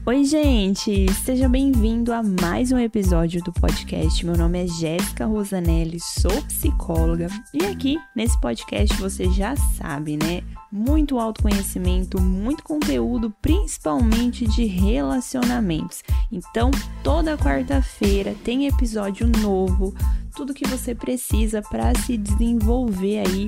Oi, gente! Seja bem-vindo a mais um episódio do podcast. Meu nome é Jéssica Rosanelli, sou psicóloga e aqui nesse podcast você já sabe, né? Muito autoconhecimento, muito conteúdo, principalmente de relacionamentos. Então, toda quarta-feira tem episódio novo, tudo que você precisa para se desenvolver aí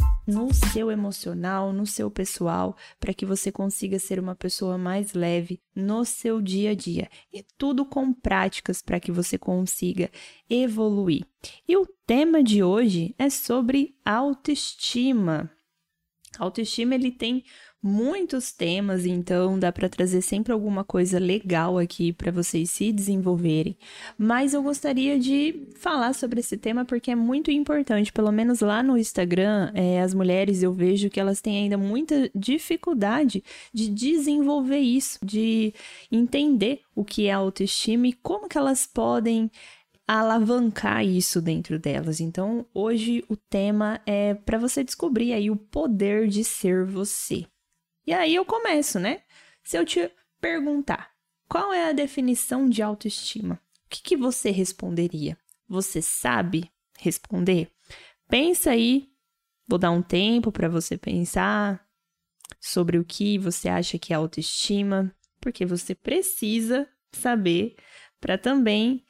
no seu emocional, no seu pessoal, para que você consiga ser uma pessoa mais leve no seu dia a dia. E tudo com práticas para que você consiga evoluir. E o tema de hoje é sobre autoestima. Autoestima, ele tem muitos temas, então dá para trazer sempre alguma coisa legal aqui para vocês se desenvolverem. Mas eu gostaria de falar sobre esse tema porque é muito importante, pelo menos lá no Instagram, as mulheres eu vejo que elas têm ainda muita dificuldade de desenvolver isso, de entender o que é autoestima e como que elas podem alavancar isso dentro delas. Então, hoje o tema é para você descobrir aí o poder de ser você. E aí eu começo, né? Se eu te perguntar, qual é a definição de autoestima? O que você responderia? Você sabe responder? Pensa aí, vou dar um tempo para você pensar sobre o que você acha que é autoestima, porque você precisa saber para também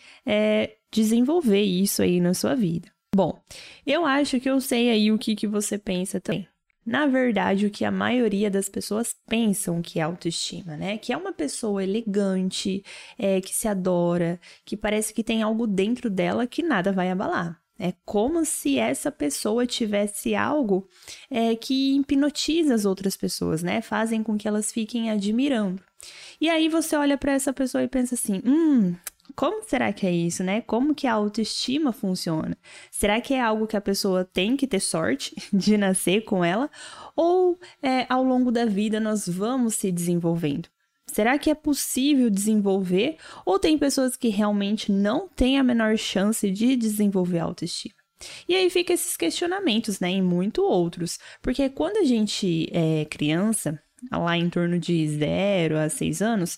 desenvolver isso aí na sua vida. Bom, eu acho que eu sei aí o que você pensa também. Na verdade, o que a maioria das pessoas pensam que é autoestima, né? Que é uma pessoa elegante, que se adora, que parece que tem algo dentro dela que nada vai abalar. É como se essa pessoa tivesse algo que hipnotiza as outras pessoas, né? Fazem com que elas fiquem admirando. E aí você olha para essa pessoa e pensa assim, como será que é isso, né? Como que a autoestima funciona? Será que é algo que a pessoa tem que ter sorte de nascer com ela? Ou ao longo da vida nós vamos se desenvolvendo? Será que é possível desenvolver? Ou tem pessoas que realmente não têm a menor chance de desenvolver a autoestima? E aí fica esses questionamentos, né? E muito outros. Porque quando a gente é criança, lá em torno de 0 a 6 anos,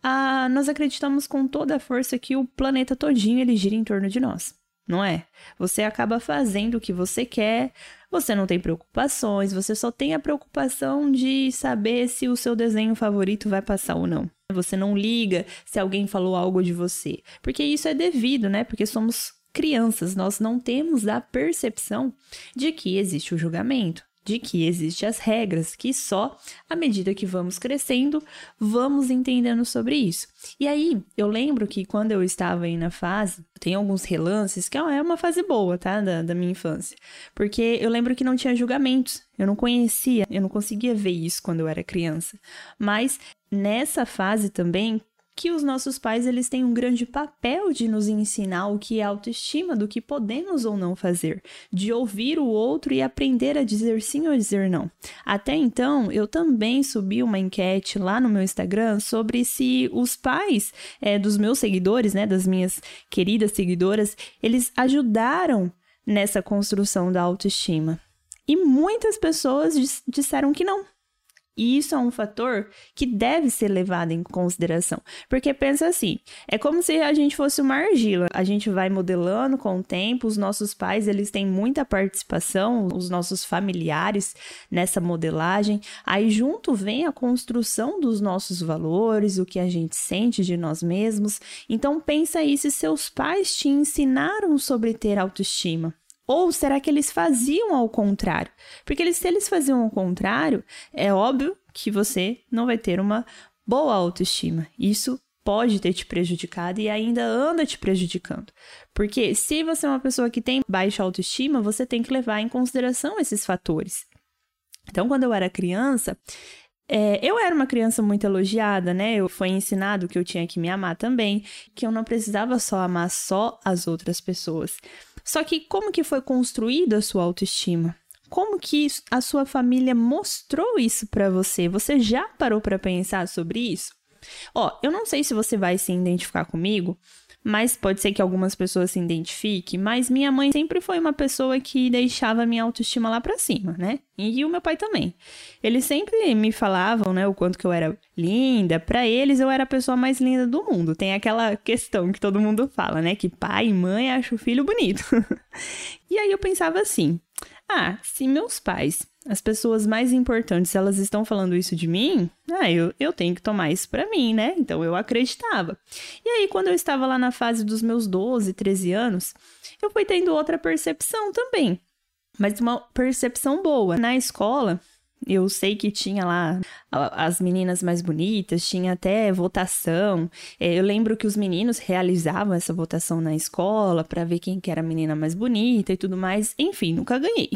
nós acreditamos com toda a força que o planeta todinho ele gira em torno de nós, não é? Você acaba fazendo o que você quer, você não tem preocupações, você só tem a preocupação de saber se o seu desenho favorito vai passar ou não. Você não liga se alguém falou algo de você, porque isso é devido, né? Porque somos crianças, nós não temos a percepção de que existe o julgamento, de que existem as regras, que só à medida que vamos crescendo, vamos entendendo sobre isso. E aí, eu lembro que quando eu estava aí na fase, tem alguns relances, que é uma fase boa, tá, da minha infância, porque eu lembro que não tinha julgamentos, eu não conhecia, eu não conseguia ver isso quando eu era criança, mas nessa fase também, que os nossos pais eles têm um grande papel de nos ensinar o que é autoestima, do que podemos ou não fazer, de ouvir o outro e aprender a dizer sim ou dizer não. Até então, eu também subi uma enquete lá no meu Instagram sobre se os pais dos meus seguidores, né, das minhas queridas seguidoras, eles ajudaram nessa construção da autoestima. E muitas pessoas disseram que não. E isso é um fator que deve ser levado em consideração. Porque pensa assim, é como se a gente fosse uma argila. A gente vai modelando com o tempo, os nossos pais eles têm muita participação, os nossos familiares nessa modelagem. Aí junto vem a construção dos nossos valores, o que a gente sente de nós mesmos. Então pensa aí se seus pais te ensinaram sobre ter autoestima. Ou será que eles faziam ao contrário? Porque se eles faziam ao contrário, é óbvio que você não vai ter uma boa autoestima. Isso pode ter te prejudicado e ainda anda te prejudicando. Porque se você é uma pessoa que tem baixa autoestima, você tem que levar em consideração esses fatores. Então, quando eu era criança, eu era uma criança muito elogiada, né? Foi ensinado que eu tinha que me amar também, que eu não precisava só amar só as outras pessoas. Só que como que foi construída a sua autoestima? Como que a sua família mostrou isso para você? Você já parou para pensar sobre isso? Eu não sei se você vai se identificar comigo, mas pode ser que algumas pessoas se identifiquem, mas minha mãe sempre foi uma pessoa que deixava a minha autoestima lá pra cima, né? E o meu pai também. Eles sempre me falavam, né, o quanto que eu era linda. Pra eles, eu era a pessoa mais linda do mundo. Tem aquela questão que todo mundo fala, né, que pai e mãe acham o filho bonito. E aí eu pensava assim, se meus pais, as pessoas mais importantes, elas estão falando isso de mim, eu tenho que tomar isso pra mim, né? Então eu acreditava. E aí, quando eu estava lá na fase dos meus 12, 13 anos, eu fui tendo outra percepção também. Mas uma percepção boa. Na escola, eu sei que tinha lá as meninas mais bonitas, tinha até votação. Eu lembro que os meninos realizavam essa votação na escola pra ver quem que era a menina mais bonita e tudo mais. Enfim, nunca ganhei.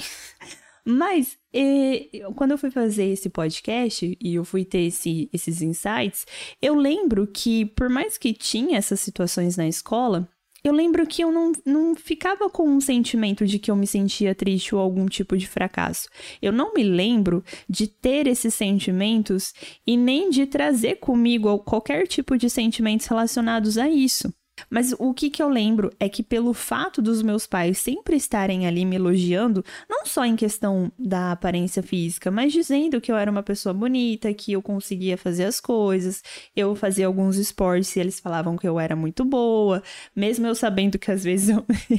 Mas, quando eu fui fazer esse podcast e eu fui ter esses insights, eu lembro que, por mais que tinha essas situações na escola, eu lembro que eu não ficava com um sentimento de que eu me sentia triste ou algum tipo de fracasso. Eu não me lembro de ter esses sentimentos e nem de trazer comigo qualquer tipo de sentimentos relacionados a isso. Mas o que eu lembro é que pelo fato dos meus pais sempre estarem ali me elogiando, não só em questão da aparência física, mas dizendo que eu era uma pessoa bonita, que eu conseguia fazer as coisas, eu fazia alguns esportes e eles falavam que eu era muito boa, mesmo eu sabendo que às vezes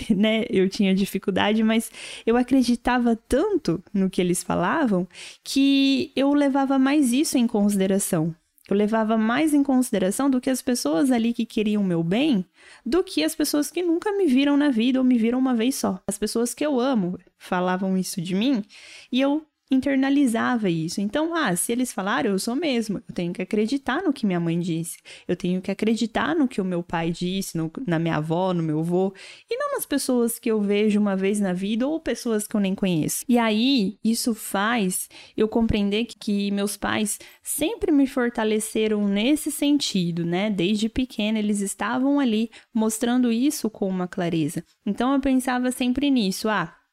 eu tinha dificuldade, mas eu acreditava tanto no que eles falavam que eu levava mais isso em consideração. Eu levava mais em consideração do que as pessoas ali que queriam o meu bem, do que as pessoas que nunca me viram na vida ou me viram uma vez só. As pessoas que eu amo falavam isso de mim e eu internalizava isso. Então, se eles falaram, eu sou mesmo. Eu tenho que acreditar no que minha mãe disse. Eu tenho que acreditar no que o meu pai disse, na minha avó, no meu avô. E não nas pessoas que eu vejo uma vez na vida ou pessoas que eu nem conheço. E aí, isso faz eu compreender que meus pais sempre me fortaleceram nesse sentido, né? Desde pequena, eles estavam ali mostrando isso com uma clareza. Então, eu pensava sempre nisso.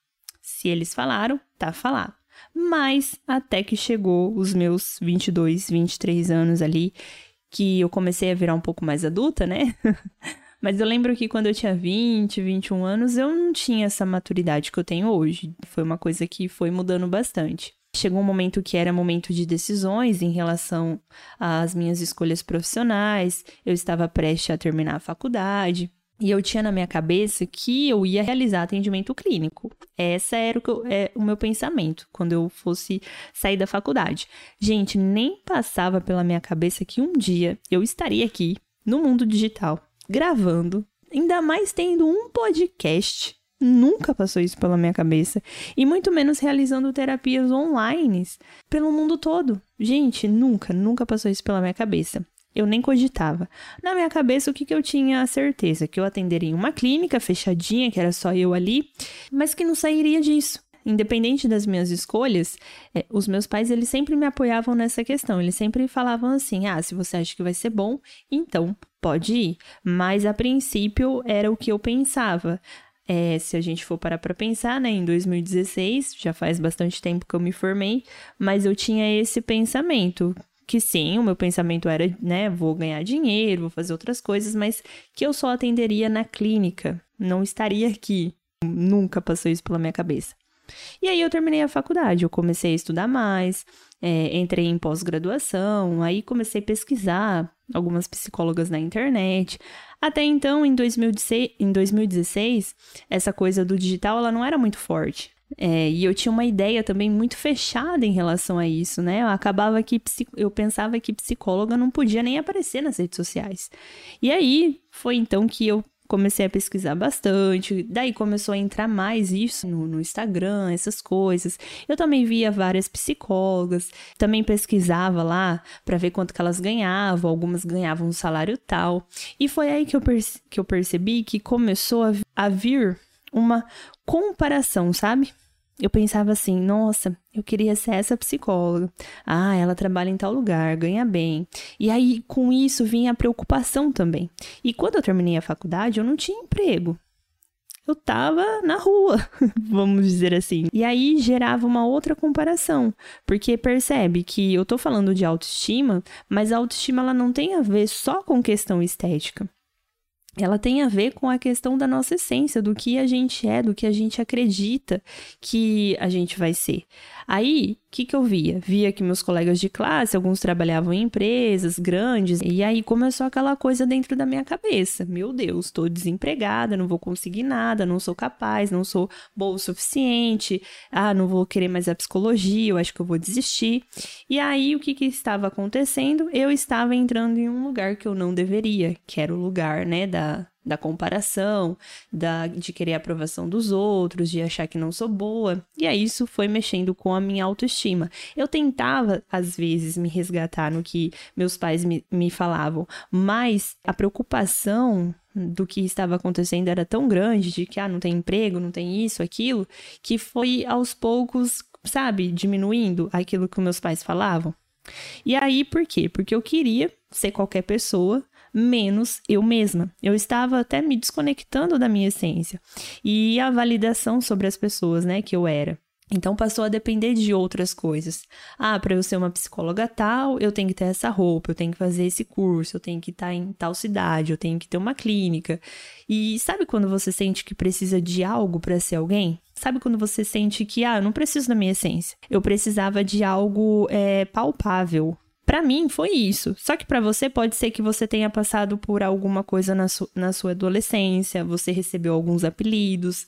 Se eles falaram, tá falado. Mas até que chegou os meus 22, 23 anos ali, que eu comecei a virar um pouco mais adulta, né? Mas eu lembro que quando eu tinha 20, 21 anos, eu não tinha essa maturidade que eu tenho hoje. Foi uma coisa que foi mudando bastante. Chegou um momento que era momento de decisões em relação às minhas escolhas profissionais. Eu estava prestes a terminar a faculdade. E eu tinha na minha cabeça que eu ia realizar atendimento clínico. Esse era o meu pensamento quando eu fosse sair da faculdade. Gente, nem passava pela minha cabeça que um dia eu estaria aqui no mundo digital, gravando, ainda mais tendo um podcast. Nunca passou isso pela minha cabeça. E muito menos realizando terapias online pelo mundo todo. Gente, nunca passou isso pela minha cabeça. Eu nem cogitava. Na minha cabeça, o que eu tinha a certeza? Que eu atenderia em uma clínica fechadinha, que era só eu ali, mas que não sairia disso. Independente das minhas escolhas, os meus pais, eles sempre me apoiavam nessa questão. Eles sempre falavam assim, se você acha que vai ser bom, então pode ir. Mas, a princípio, era o que eu pensava. Se a gente for parar para pensar, né, em 2016, já faz bastante tempo que eu me formei, mas eu tinha esse pensamento. Que sim, o meu pensamento era, né, vou ganhar dinheiro, vou fazer outras coisas, mas que eu só atenderia na clínica, não estaria aqui. Nunca passou isso pela minha cabeça. E aí eu terminei a faculdade, eu comecei a estudar mais, entrei em pós-graduação, aí comecei a pesquisar algumas psicólogas na internet. Até então, em 2016, essa coisa do digital, ela não era muito forte. E eu tinha uma ideia também muito fechada em relação a isso, né? Eu pensava que psicóloga não podia nem aparecer nas redes sociais. E aí, foi então que eu comecei a pesquisar bastante, daí começou a entrar mais isso no Instagram, essas coisas. Eu também via várias psicólogas, também pesquisava lá para ver quanto que elas ganhavam, algumas ganhavam um salário tal. E foi aí que eu percebi que começou a vir uma comparação, sabe? Eu pensava assim, nossa, eu queria ser essa psicóloga. Ela trabalha em tal lugar, ganha bem. E aí, com isso, vinha a preocupação também. E quando eu terminei a faculdade, eu não tinha emprego. Eu tava na rua, vamos dizer assim. E aí, gerava uma outra comparação. Porque percebe que eu tô falando de autoestima, mas a autoestima ela não tem a ver só com questão estética. ela tem a ver com a questão da nossa essência, do que a gente é, do que a gente acredita que a gente vai ser. Aí, o que eu via? Via que meus colegas de classe, alguns trabalhavam em empresas grandes, e aí começou aquela coisa dentro da minha cabeça. Meu Deus, estou desempregada, não vou conseguir nada, não sou capaz, não sou boa o suficiente, não vou querer mais a psicologia, eu acho que eu vou desistir. E aí, o que estava acontecendo? Eu estava entrando em um lugar que eu não deveria, que era o lugar, né, da comparação, de querer a aprovação dos outros, de achar que não sou boa. E aí isso foi mexendo com a minha autoestima. Eu tentava, às vezes, me resgatar no que meus pais me falavam, mas a preocupação do que estava acontecendo era tão grande, de que não tem emprego, não tem isso, aquilo, que foi aos poucos, sabe, diminuindo aquilo que meus pais falavam. E aí, por quê? Porque eu queria ser qualquer pessoa, menos eu mesma. Eu estava até me desconectando da minha essência e a validação sobre as pessoas, né, que eu era. Então passou a depender de outras coisas. Para eu ser uma psicóloga tal, eu tenho que ter essa roupa, eu tenho que fazer esse curso, eu tenho que estar em tal cidade, eu tenho que ter uma clínica. E sabe quando você sente que precisa de algo para ser alguém? Sabe quando você sente que, eu não preciso da minha essência. Eu precisava de algo palpável. Para mim, foi isso. Só que para você, pode ser que você tenha passado por alguma coisa na sua adolescência, você recebeu alguns apelidos,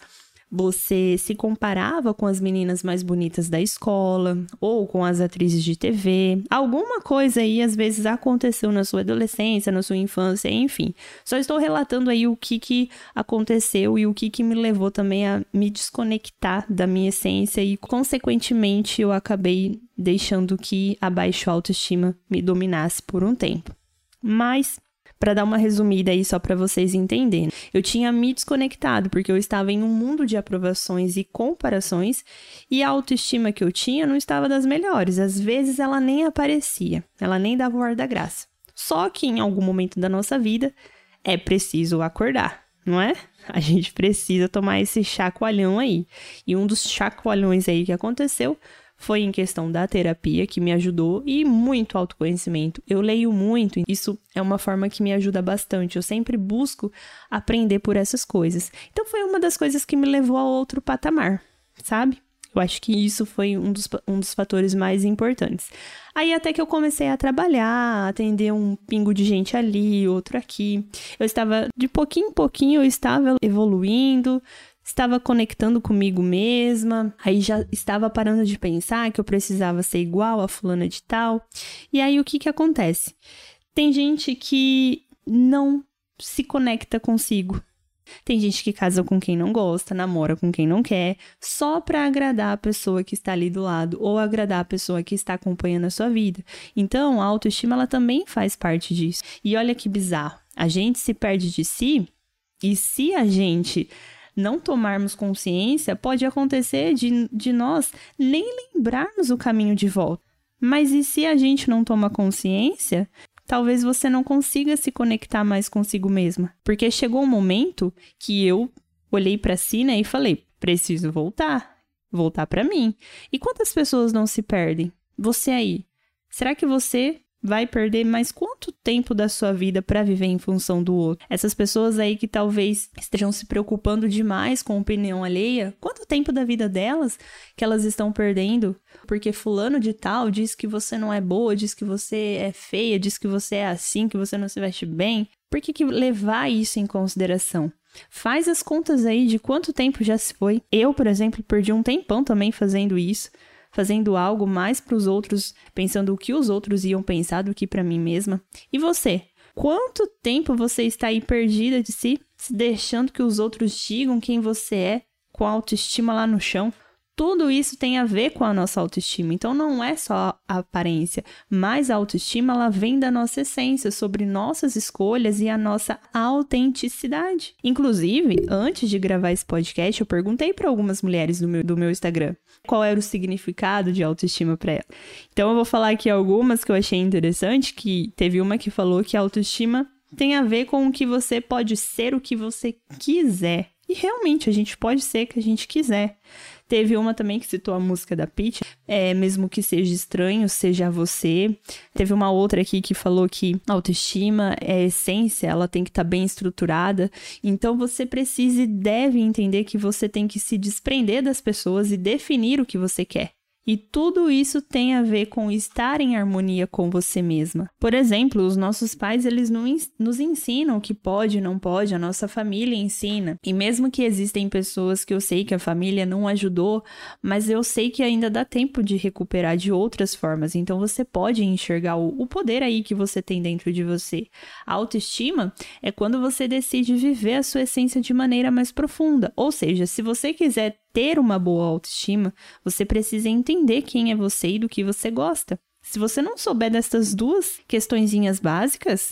você se comparava com as meninas mais bonitas da escola, ou com as atrizes de TV. Alguma coisa aí, às vezes, aconteceu na sua adolescência, na sua infância, enfim. Só estou relatando aí o que aconteceu e o que me levou também a me desconectar da minha essência e, consequentemente, eu acabei deixando que a baixa autoestima me dominasse por um tempo. Mas, para dar uma resumida aí só para vocês entenderem, eu tinha me desconectado porque eu estava em um mundo de aprovações e comparações e a autoestima que eu tinha não estava das melhores. Às vezes ela nem aparecia, ela nem dava o ar da graça. Só que em algum momento da nossa vida é preciso acordar, não é? A gente precisa tomar esse chacoalhão aí. E um dos chacoalhões aí que aconteceu foi em questão da terapia, que me ajudou, e muito autoconhecimento. Eu leio muito, isso é uma forma que me ajuda bastante. Eu sempre busco aprender por essas coisas. Então foi uma das coisas que me levou a outro patamar, sabe? Eu acho que isso foi um dos fatores mais importantes. Aí até que eu comecei a trabalhar, atender um pingo de gente ali, outro aqui. Eu estava, de pouquinho em pouquinho, eu estava evoluindo, estava conectando comigo mesma, aí já estava parando de pensar que eu precisava ser igual a fulana de tal. E aí o que acontece? Tem gente que não se conecta consigo. Tem gente que casa com quem não gosta, namora com quem não quer, só para agradar a pessoa que está ali do lado ou agradar a pessoa que está acompanhando a sua vida. Então, a autoestima ela também faz parte disso. E olha que bizarro, a gente se perde de si e se a gente não tomarmos consciência, pode acontecer de nós nem lembrarmos o caminho de volta. Mas e se a gente não toma consciência, talvez você não consiga se conectar mais consigo mesma. Porque chegou um momento que eu olhei para si, né, e falei, preciso voltar para mim. E quantas pessoas não se perdem? Você aí, será que você vai perder mais quanto tempo da sua vida para viver em função do outro? Essas pessoas aí que talvez estejam se preocupando demais com a opinião alheia, quanto tempo da vida delas que elas estão perdendo? Porque fulano de tal diz que você não é boa, diz que você é feia, diz que você é assim, que você não se veste bem. Por que levar isso em consideração? Faz as contas aí de quanto tempo já se foi. Eu, por exemplo, perdi um tempão também fazendo isso. Fazendo algo mais para os outros, pensando o que os outros iam pensar do que para mim mesma. E você? Quanto tempo você está aí perdida de si, se deixando que os outros digam quem você é, com a autoestima lá no chão? Tudo isso tem a ver com a nossa autoestima. Então, não é só a aparência, mas a autoestima ela vem da nossa essência, sobre nossas escolhas e a nossa autenticidade. Inclusive, antes de gravar esse podcast, eu perguntei para algumas mulheres do meu Instagram qual era o significado de autoestima para ela. Então, eu vou falar aqui algumas que eu achei interessante, que teve uma que falou que a autoestima tem a ver com o que você pode ser, o que você quiser. E realmente, a gente pode ser o que a gente quiser. Teve uma também que citou a música da Pitty, mesmo que seja estranho, seja você. Teve uma outra aqui que falou que a autoestima é a essência, ela tem que estar bem estruturada. Então, você precisa e deve entender que você tem que se desprender das pessoas e definir o que você quer. E tudo isso tem a ver com estar em harmonia com você mesma. Por exemplo, os nossos pais, eles nos ensinam o que pode e não pode, a nossa família ensina. E mesmo que existem pessoas que eu sei que a família não ajudou, mas eu sei que ainda dá tempo de recuperar de outras formas. Então, você pode enxergar o poder aí que você tem dentro de você. A autoestima é quando você decide viver a sua essência de maneira mais profunda. Ou seja, se você quiser ter uma boa autoestima, você precisa entender quem é você e do que você gosta. Se você não souber dessas duas questõezinhas básicas,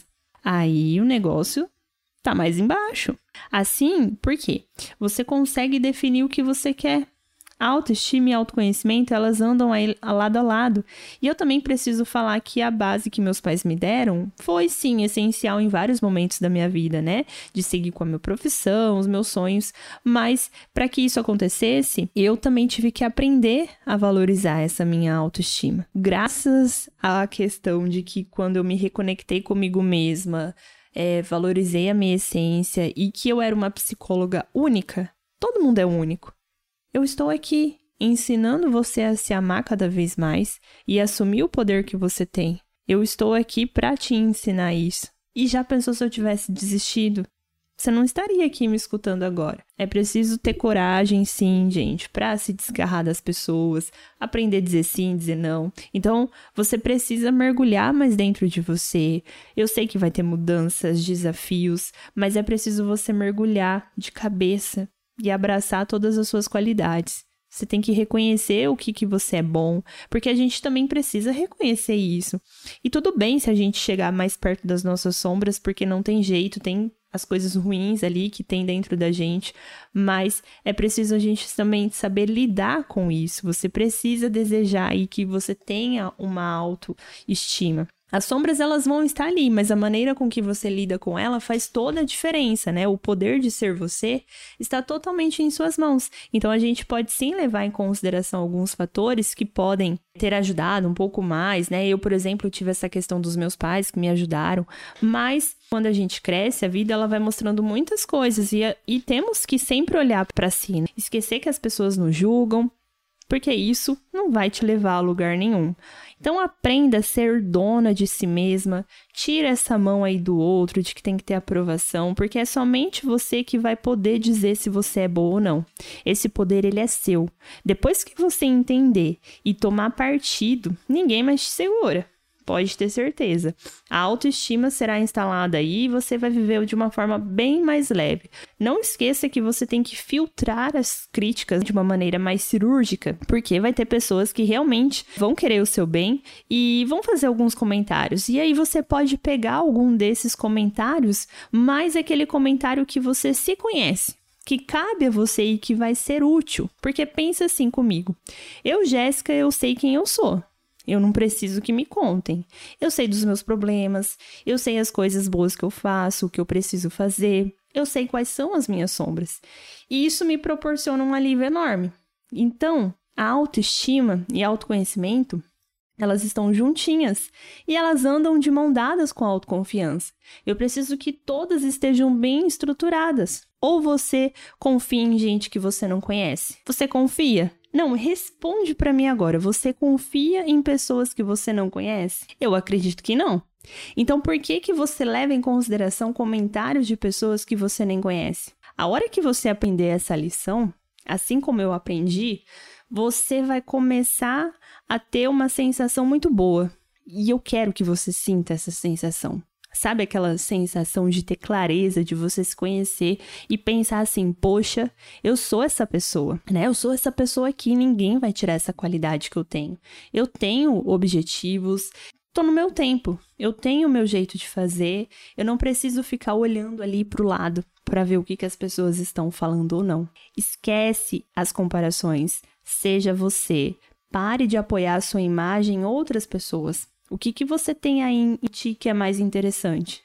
aí o negócio tá mais embaixo. Assim, por quê? Você consegue definir o que você quer. A autoestima e autoconhecimento, elas andam aí lado a lado. E eu também preciso falar que a base que meus pais me deram foi, sim, essencial em vários momentos da minha vida, né? De seguir com a minha profissão, os meus sonhos. Mas, para que isso acontecesse, eu também tive que aprender a valorizar essa minha autoestima. Graças à questão de que quando eu me reconectei comigo mesma, valorizei a minha essência e que eu era uma psicóloga única, todo mundo é único. Eu estou aqui ensinando você a se amar cada vez mais e assumir o poder que você tem. Eu estou aqui para te ensinar isso. E já pensou se eu tivesse desistido? Você não estaria aqui me escutando agora. É preciso ter coragem, sim, gente, para se desgarrar das pessoas, aprender a dizer sim, dizer não. Então, você precisa mergulhar mais dentro de você. Eu sei que vai ter mudanças, desafios, mas é preciso você mergulhar de cabeça e abraçar todas as suas qualidades. Você tem que reconhecer o que você é bom, porque a gente também precisa reconhecer isso. E tudo bem se a gente chegar mais perto das nossas sombras, porque não tem jeito, tem as coisas ruins ali que tem dentro da gente, mas é preciso a gente também saber lidar com isso. Você precisa desejar aí que você tenha uma autoestima. As sombras, elas vão estar ali, mas a maneira com que você lida com ela faz toda a diferença, né? O poder de ser você está totalmente em suas mãos. Então, a gente pode sim levar em consideração alguns fatores que podem ter ajudado um pouco mais, né? Eu, por exemplo, tive essa questão dos meus pais que me ajudaram, mas quando a gente cresce, a vida ela vai mostrando muitas coisas e temos que sempre olhar para si, né? Esquecer que as pessoas nos julgam, porque isso não vai te levar a lugar nenhum. Então, aprenda a ser dona de si mesma, tira essa mão aí do outro de que tem que ter aprovação, porque é somente você que vai poder dizer se você é boa ou não. Esse poder, ele é seu. Depois que você entender e tomar partido, ninguém mais te segura. Pode ter certeza. A autoestima será instalada aí e você vai viver de uma forma bem mais leve. Não esqueça que você tem que filtrar as críticas de uma maneira mais cirúrgica, porque vai ter pessoas que realmente vão querer o seu bem e vão fazer alguns comentários. E aí você pode pegar algum desses comentários, mais aquele comentário que você se conhece, que cabe a você e que vai ser útil. Porque pensa assim comigo. Eu, Jéssica, eu sei quem eu sou. Eu não preciso que me contem. Eu sei dos meus problemas, eu sei as coisas boas que eu faço, o que eu preciso fazer, eu sei quais são as minhas sombras. E isso me proporciona um alívio enorme. Então, a autoestima e autoconhecimento, elas estão juntinhas e elas andam de mão dadas com a autoconfiança. Eu preciso que todas estejam bem estruturadas. Ou você confia em gente que você não conhece? Você confia? Não, responde para mim agora. Você confia em pessoas que você não conhece? Eu acredito que não. Então, por que você leva em consideração comentários de pessoas que você nem conhece? A hora que você aprender essa lição, assim como eu aprendi, você vai começar a ter uma sensação muito boa. E eu quero que você sinta essa sensação. Sabe aquela sensação de ter clareza, de você se conhecer e pensar assim, poxa, eu sou essa pessoa, né? Eu sou essa pessoa aqui, ninguém vai tirar essa qualidade que eu tenho. Eu tenho objetivos, tô no meu tempo, eu tenho o meu jeito de fazer, eu não preciso ficar olhando ali pro lado para ver o que as pessoas estão falando ou não. Esquece as comparações, seja você, pare de apoiar a sua imagem em outras pessoas. O que você tem aí em ti que é mais interessante?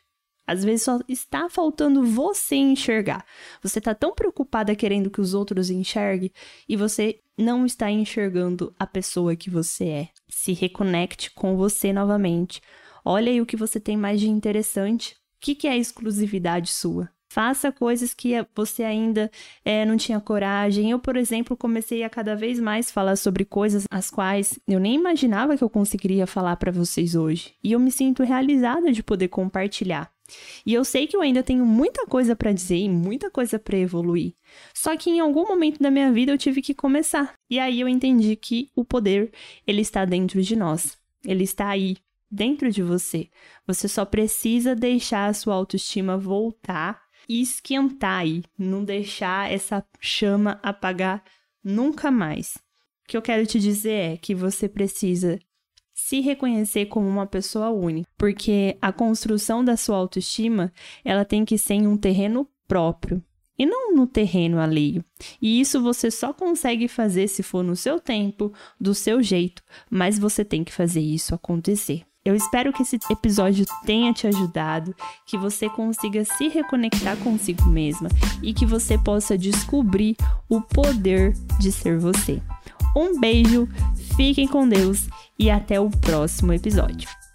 Às vezes só está faltando você enxergar. Você está tão preocupada querendo que os outros enxerguem e você não está enxergando a pessoa que você é. Se reconecte com você novamente. Olha aí o que você tem mais de interessante. O que é a exclusividade sua? Faça coisas que você ainda não tinha coragem. Eu, por exemplo, comecei a cada vez mais falar sobre coisas as quais eu nem imaginava que eu conseguiria falar para vocês hoje. E eu me sinto realizada de poder compartilhar. E eu sei que eu ainda tenho muita coisa para dizer e muita coisa para evoluir. Só que em algum momento da minha vida eu tive que começar. E aí eu entendi que o poder, ele está dentro de nós. Ele está aí, dentro de você. Você só precisa deixar a sua autoestima voltar e esquentar aí. Não deixar essa chama apagar nunca mais. O que eu quero te dizer é que você precisa se reconhecer como uma pessoa única, porque a construção da sua autoestima, ela tem que ser em um terreno próprio e não no terreno alheio. E isso você só consegue fazer se for no seu tempo, do seu jeito, mas você tem que fazer isso acontecer. Eu espero que esse episódio tenha te ajudado, que você consiga se reconectar consigo mesma e que você possa descobrir o poder de ser você. Um beijo, fiquem com Deus e até o próximo episódio.